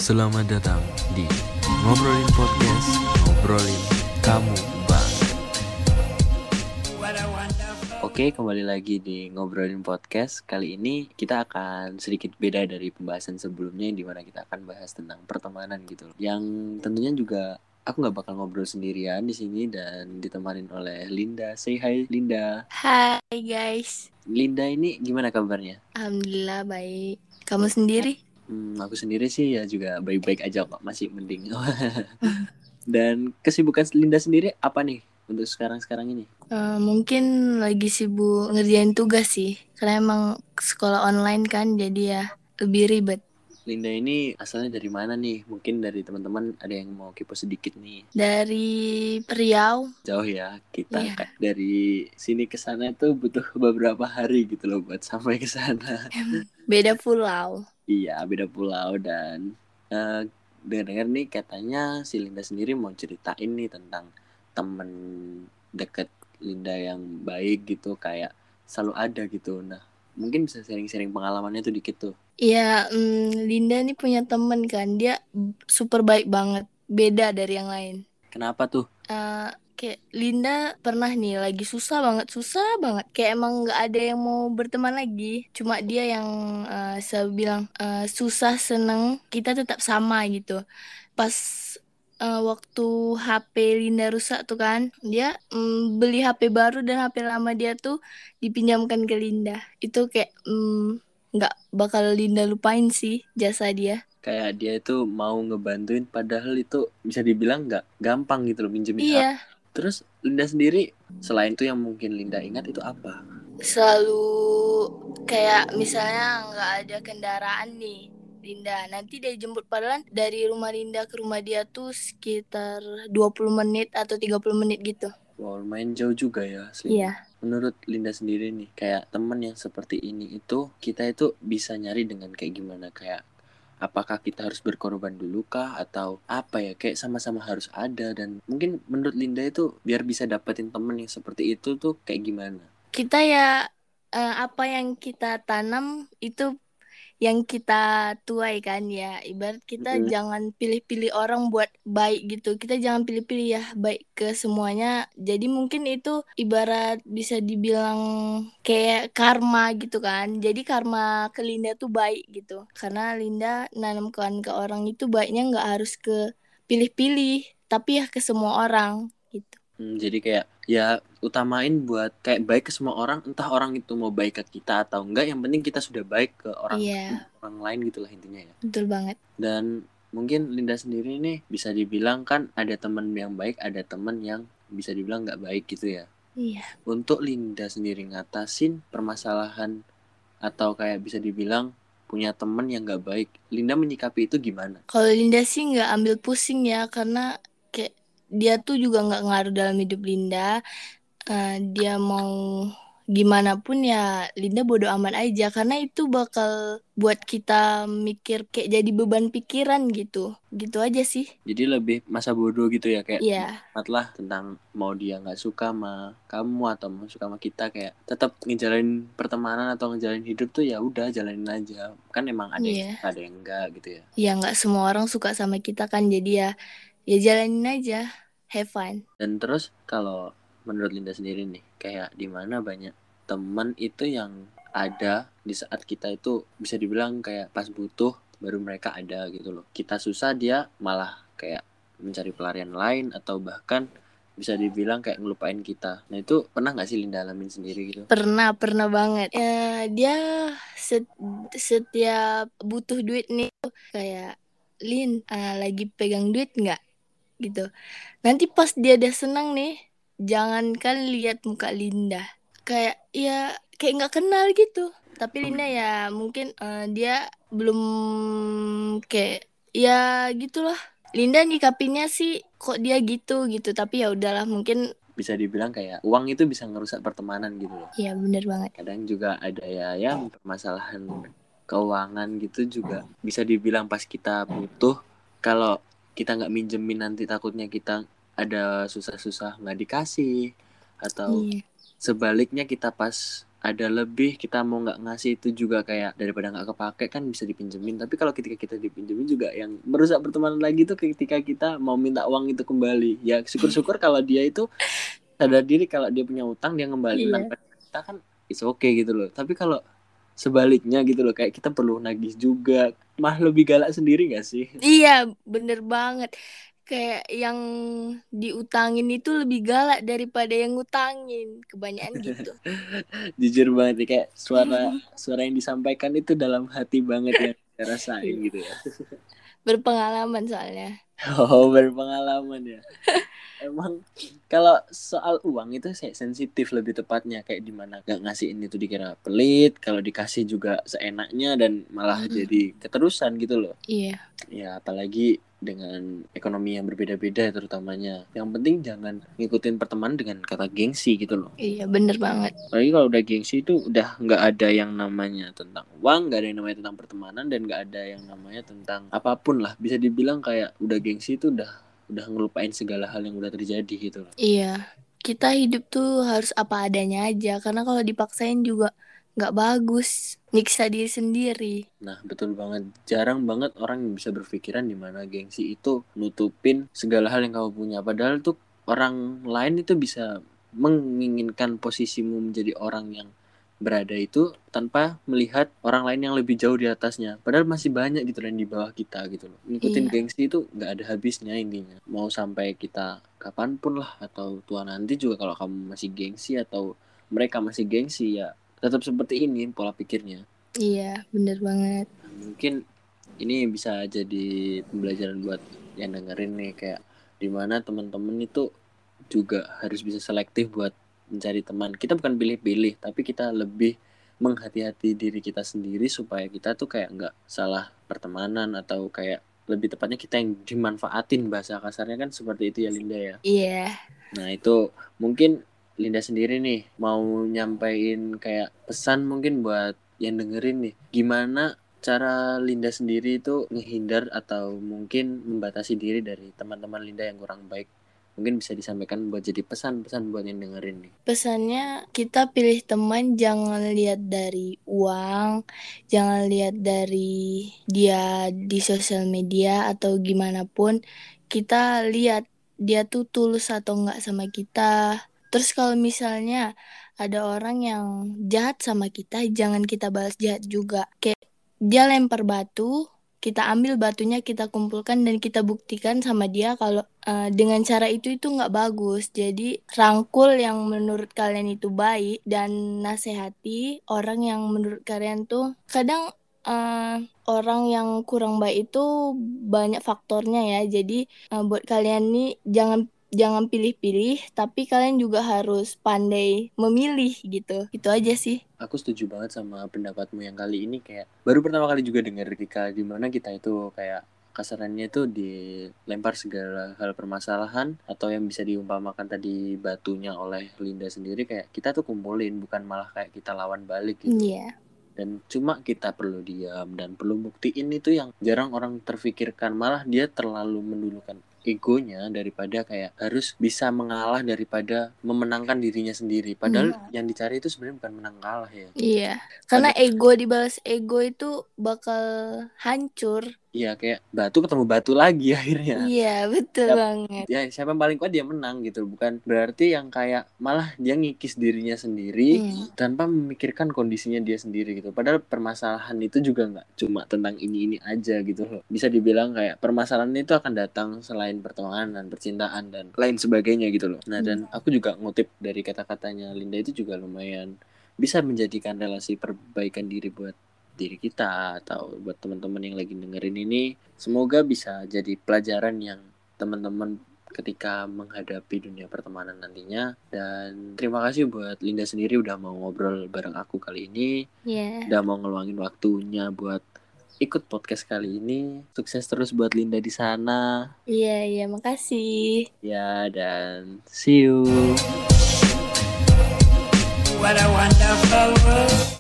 Selamat datang di Ngobrolin Podcast, ngobrolin kamu bang. Oke, kembali lagi di Ngobrolin Podcast. Kali ini kita akan sedikit beda dari pembahasan sebelumnya, di mana kita akan bahas tentang pertemanan gitu. Yang tentunya juga aku nggak bakal ngobrol sendirian di sini dan ditemanin oleh Linda. Say hi Linda. Hai guys. Linda ini gimana kabarnya? Alhamdulillah baik. Kamu sendiri? Aku sendiri sih ya juga baik-baik aja kok, masih mending. Dan kesibukan Linda sendiri apa nih untuk sekarang ini? Mungkin lagi sibuk ngerjain tugas sih. Karena emang sekolah online kan, jadi ya lebih ribet. Linda ini asalnya dari mana nih? Mungkin dari teman-teman ada yang mau kepo sedikit nih. Dari Riau. Jauh ya kita Iya. dari sini ke sana tuh butuh beberapa hari gitu loh buat sampai ke sana. Beda pulau. Iya, beda pulau dan dengar-dengar nih katanya si Linda sendiri mau ceritain nih tentang temen deket Linda yang baik gitu, kayak selalu ada gitu. Nah, mungkin bisa sharing-sharing pengalamannya tuh dikit tuh. Iya, Linda nih punya temen kan. Dia super baik banget. Beda dari yang lain. Kenapa tuh? Kayak Linda pernah nih lagi susah banget, kayak emang nggak ada yang mau berteman lagi, cuma dia yang selalu bilang susah seneng kita tetap sama gitu. Pas waktu HP Linda rusak tuh kan, dia beli HP baru dan HP lama dia tuh dipinjamkan ke Linda. Itu kayak nggak bakal Linda lupain sih jasa dia. Kayak dia itu mau ngebantuin padahal itu bisa dibilang nggak gampang gitu loh minjemin HP. Iya. Terus Linda sendiri selain itu yang mungkin Linda ingat itu apa? Selalu kayak misalnya nggak ada kendaraan nih Linda, nanti dia jemput, padahal dari rumah Linda ke rumah dia tuh sekitar 20 menit atau 30 menit gitu. Wow, lumayan jauh juga ya asli. Iya. Menurut Linda sendiri nih, kayak teman yang seperti ini itu kita itu bisa nyari dengan kayak gimana? Kayak apakah kita harus berkorban dulu kah atau apa ya, kayak sama-sama harus ada. Dan mungkin menurut Linda itu biar bisa dapetin temen yang seperti itu tuh kayak gimana? Kita ya apa yang kita tanam itu yang kita tuai kan ya. Ibarat kita jangan pilih-pilih orang buat baik gitu. Kita jangan pilih-pilih ya baik ke semuanya. Jadi mungkin itu ibarat bisa dibilang kayak karma gitu kan. Jadi karma ke Linda tuh baik gitu. Karena Linda nanamkan ke orang itu baiknya nggak harus ke pilih-pilih, tapi ya ke semua orang gitu. Jadi kayak ya utamain buat kayak baik ke semua orang, entah orang itu mau baik ke kita atau enggak, yang penting kita sudah baik ke orang lain gitulah intinya ya. Betul banget. Dan mungkin Linda sendiri nih bisa dibilang kan ada teman yang baik, ada teman yang bisa dibilang nggak baik gitu ya. Iya. Untuk Linda sendiri ngatasin permasalahan atau kayak bisa dibilang punya teman yang nggak baik, Linda menyikapi itu gimana? Kalau Linda sih nggak ambil pusing ya, karena kayak dia tuh juga nggak ngaruh dalam hidup Linda. Dia mau gimana pun ya Linda bodo amat aja, karena itu bakal buat kita mikir kayak jadi beban pikiran gitu aja sih. Jadi lebih masa bodoh gitu ya, kayak Iya. lah tentang mau dia nggak suka sama kamu atau mau suka sama kita, kayak tetap ngejalanin pertemanan atau ngejalanin hidup tuh ya udah jalanin aja, kan emang ada yang suka, ada yang enggak gitu ya. Ya nggak semua orang suka sama kita kan, jadi ya jalanin aja, have fun. Dan terus kalau menurut Linda sendiri nih, kayak di mana banyak teman itu yang ada di saat kita itu bisa dibilang kayak pas butuh baru mereka ada gitu loh. Kita susah dia malah kayak mencari pelarian lain atau bahkan bisa dibilang kayak ngelupain kita. Nah itu pernah nggak sih Linda alamin sendiri gitu? Pernah banget. Dia setiap butuh duit nih kayak Lin lagi pegang duit nggak gitu. Nanti pas dia udah senang nih, jangankan lihat muka Linda, kayak nggak kenal gitu. Tapi Linda ya mungkin dia belum kayak ya gitulah. Linda nyikapinnya sih kok dia gitu, tapi ya udahlah, mungkin bisa dibilang kayak uang itu bisa ngerusak pertemanan gitu loh. Iya benar banget. Kadang juga ada ya permasalahan keuangan gitu juga bisa dibilang pas kita butuh, kalau kita nggak minjemin nanti takutnya kita ada susah-susah nggak dikasih, atau sebaliknya kita pas ada lebih, kita mau nggak ngasih itu juga kayak daripada nggak kepake kan bisa dipinjemin. Tapi kalau ketika kita dipinjemin juga yang merusak pertemanan lagi tuh ketika kita mau minta uang itu kembali. Ya syukur-syukur kalau dia itu sadar diri kalau dia punya utang, dia ngembaliin tanpa kita kan it's okay gitu loh. Tapi kalau sebaliknya gitu loh, kayak kita perlu nagih juga, mah lebih galak sendiri gak sih? Iya, bener banget. Kayak yang diutangin itu lebih galak daripada yang ngutangin. Kebanyakan gitu. Jujur banget nih, kayak suara yang disampaikan itu dalam hati banget yang saya rasain gitu ya. Berpengalaman soalnya. Oh, berpengalaman ya. Emang kalau soal uang itu saya sensitif lebih tepatnya, kayak dimana gak ngasihin itu dikira pelit, kalau dikasih juga seenaknya dan malah jadi keterusan gitu loh. Iya. Ya apalagi dengan ekonomi yang berbeda-beda terutamanya. Yang penting jangan ngikutin pertemanan dengan kata gengsi gitu loh. Iya, bener banget. Apalagi kalau udah gengsi itu udah nggak ada yang namanya tentang uang, nggak ada yang namanya tentang pertemanan, dan nggak ada yang namanya tentang apapun lah. Bisa dibilang kayak udah gengsi itu udah ngelupain segala hal yang udah terjadi gitu loh. Iya, kita hidup tuh harus apa adanya aja. Karena kalau dipaksain juga nggak bagus, nyiksa diri sendiri. Nah betul banget, jarang banget orang yang bisa berpikiran dimana gengsi itu nutupin segala hal yang kamu punya. Padahal tuh orang lain itu bisa menginginkan posisimu menjadi orang yang berada itu tanpa melihat orang lain yang lebih jauh di atasnya. Padahal masih banyak gitu yang di bawah kita gitu loh. Ngikutin gengsi itu nggak ada habisnya intinya. Mau sampai kita kapanpun lah, atau tua nanti juga kalau kamu masih gengsi atau mereka masih gengsi, ya tetap seperti ini pola pikirnya. Iya, bener banget. Nah, mungkin ini bisa jadi pembelajaran buat yang dengerin nih, kayak dimana teman-teman itu juga harus bisa selektif buat mencari teman. Kita bukan pilih-pilih, tapi kita lebih menghati-hati diri kita sendiri supaya kita tuh kayak nggak salah pertemanan, atau kayak lebih tepatnya kita yang dimanfaatin, bahasa kasarnya kan seperti itu ya Linda ya. Iya. Nah itu mungkin Linda sendiri nih mau nyampein kayak pesan mungkin buat yang dengerin nih, gimana cara Linda sendiri itu ngehindar atau mungkin membatasi diri dari teman-teman Linda yang kurang baik. Mungkin bisa disampaikan buat jadi pesan-pesan buat yang dengerin nih. Pesannya, kita pilih teman jangan lihat dari uang, jangan lihat dari dia di sosial media atau gimana pun. Kita lihat dia tuh tulus atau enggak sama kita. Terus kalau misalnya ada orang yang jahat sama kita, jangan kita balas jahat juga. Kayak dia lempar batu, kita ambil batunya, kita kumpulkan dan kita buktikan sama dia kalau dengan cara itu nggak bagus. Jadi rangkul yang menurut kalian itu baik dan nasihati orang yang menurut kalian tuh kadang orang yang kurang baik itu banyak faktornya ya. Jadi buat kalian nih jangan pilih-pilih, tapi kalian juga harus pandai memilih gitu. Itu aja sih. Aku setuju banget sama pendapatmu yang kali ini, kayak baru pertama kali juga dengar ketika dimana kita itu kayak kasarannya itu dilempar segala hal permasalahan, atau yang bisa diumpamakan tadi batunya oleh Linda sendiri, kayak kita tuh kumpulin, bukan malah kayak kita lawan balik gitu. Iya. Dan cuma kita perlu diam dan perlu buktiin, itu yang jarang orang terfikirkan. Malah dia terlalu mendulukan egonya daripada kayak harus bisa mengalah daripada memenangkan dirinya sendiri. Padahal yang dicari itu sebenarnya bukan menang kalah ya. Iya, karena ego dibalas ego itu bakal hancur. Iya, kayak batu ketemu batu lagi akhirnya. Iya, betul banget. Ya siapa yang paling kuat dia menang gitu. Bukan berarti yang kayak malah dia ngikis dirinya sendiri tanpa memikirkan kondisinya dia sendiri gitu. Padahal permasalahan itu juga nggak cuma tentang ini aja gitu loh. Bisa dibilang kayak permasalahan itu akan datang selain pertemanan, percintaan dan lain sebagainya gitu loh. Nah dan aku juga ngutip dari kata-katanya Linda itu juga lumayan bisa menjadikan relasi perbaikan diri buat diri kita atau buat teman-teman yang lagi dengerin ini. Semoga bisa jadi pelajaran yang teman-teman ketika menghadapi dunia pertemanan nantinya. Dan terima kasih buat Linda sendiri udah mau ngobrol bareng aku kali ini. Udah mau ngeluangin waktunya buat ikut podcast kali ini. Sukses terus buat Linda di sana. Iya, makasih. Ya, dan see you. What a wonderful world.